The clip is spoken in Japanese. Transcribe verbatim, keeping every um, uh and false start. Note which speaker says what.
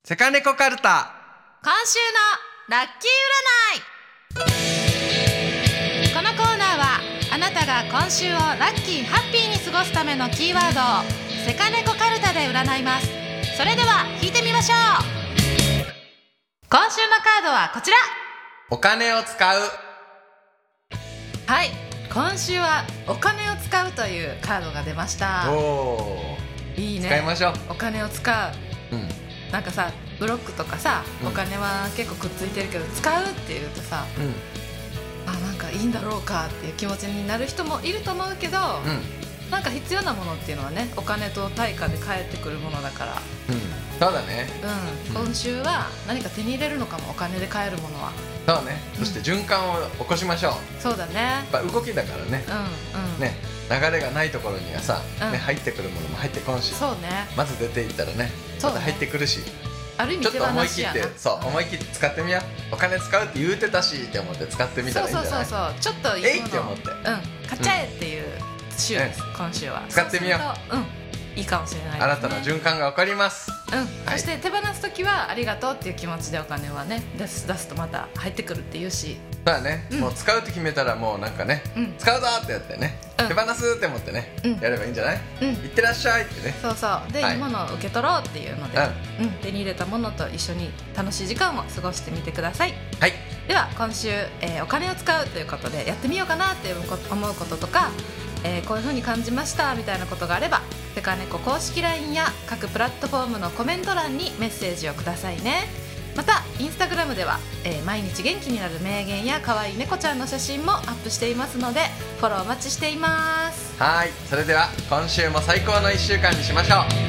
Speaker 1: セカネコカルタ。
Speaker 2: 今週のラッキー占い。このコーナーはあなたが今週をラッキーハッピーに過ごすためのキーワードをセカネコカルタで占います。それでは引いてみましょう。今週のカードはこちら。
Speaker 1: お金を使う。
Speaker 2: はい、今週はお金を使うというカードが出ました。
Speaker 1: おー、
Speaker 2: いいね。
Speaker 1: 使いましょう。
Speaker 2: お金を使う、
Speaker 1: うん、
Speaker 2: なんかさ、ブロックとかさ、
Speaker 1: うん
Speaker 2: お金は結構くっついてるけど、使うっていうとさ、
Speaker 1: うん
Speaker 2: あ、なんかいいんだろうかっていう気持ちになる人もいると思うけど、
Speaker 1: うん
Speaker 2: なんか必要なものっていうのはね、お金と対価で返ってくるものだから、
Speaker 1: うん、そうだね。
Speaker 2: うん、今週は何か手に入れるのかも、お金で買えるものは。
Speaker 1: そうね、
Speaker 2: うん
Speaker 1: そして循環を起こしましょう。
Speaker 2: そうだね。
Speaker 1: やっぱ動きだからね、
Speaker 2: うんうん、
Speaker 1: ね、流れがないところにはさ、
Speaker 2: うん
Speaker 1: ね、入ってくるものも入ってこんし、
Speaker 2: そうね。
Speaker 1: まず出ていったらね、
Speaker 2: そうね
Speaker 1: また入ってくるし、
Speaker 2: ある意味手
Speaker 1: ちょっと思い
Speaker 2: 放しやな。
Speaker 1: 切って、そう、思い切って使ってみよう。お金使うって言うてたしって思って使ってみたらいいんじゃない？
Speaker 2: そうそうそうそう、ちょっといい
Speaker 1: えい
Speaker 2: もの
Speaker 1: って思って、
Speaker 2: うん、買っちゃえっていう週です、今週は。
Speaker 1: 使ってみよう。
Speaker 2: そうすると、うん、いいかもしれないですね。
Speaker 1: 新たな循環が起こります。
Speaker 2: うん、
Speaker 1: はい
Speaker 2: そして手放すときはありがとうっていう気持ちでお金はね、出す出すとまた入ってくるっていうし、
Speaker 1: そうだね、
Speaker 2: うん
Speaker 1: もう使うって決めたらもうなんかね、
Speaker 2: うん
Speaker 1: 使うぞってやってね、
Speaker 2: うん
Speaker 1: 手放すって思ってね、
Speaker 2: うん
Speaker 1: やればいいんじゃない？
Speaker 2: うん、
Speaker 1: いってらっしゃいってね。
Speaker 2: そうそうで、
Speaker 1: はい
Speaker 2: いいものを受け取ろうっていうので、うん手に入れたものと一緒に楽しい時間を過ごしてみてください。
Speaker 1: はい、
Speaker 2: では今週、えーお金を使うということでやってみようかなっていうこと思うこととか、えーこういう風に感じましたみたいなことがあれば、セカネコ公式 ライン や各プラットフォームのコメント欄にメッセージをくださいね。またインスタグラムでは、えー毎日元気になる名言や可愛い猫ちゃんの写真もアップしていますので、フォローお待ちしています。
Speaker 1: はい、それでは今週も最高のいっしゅうかんにしましょう。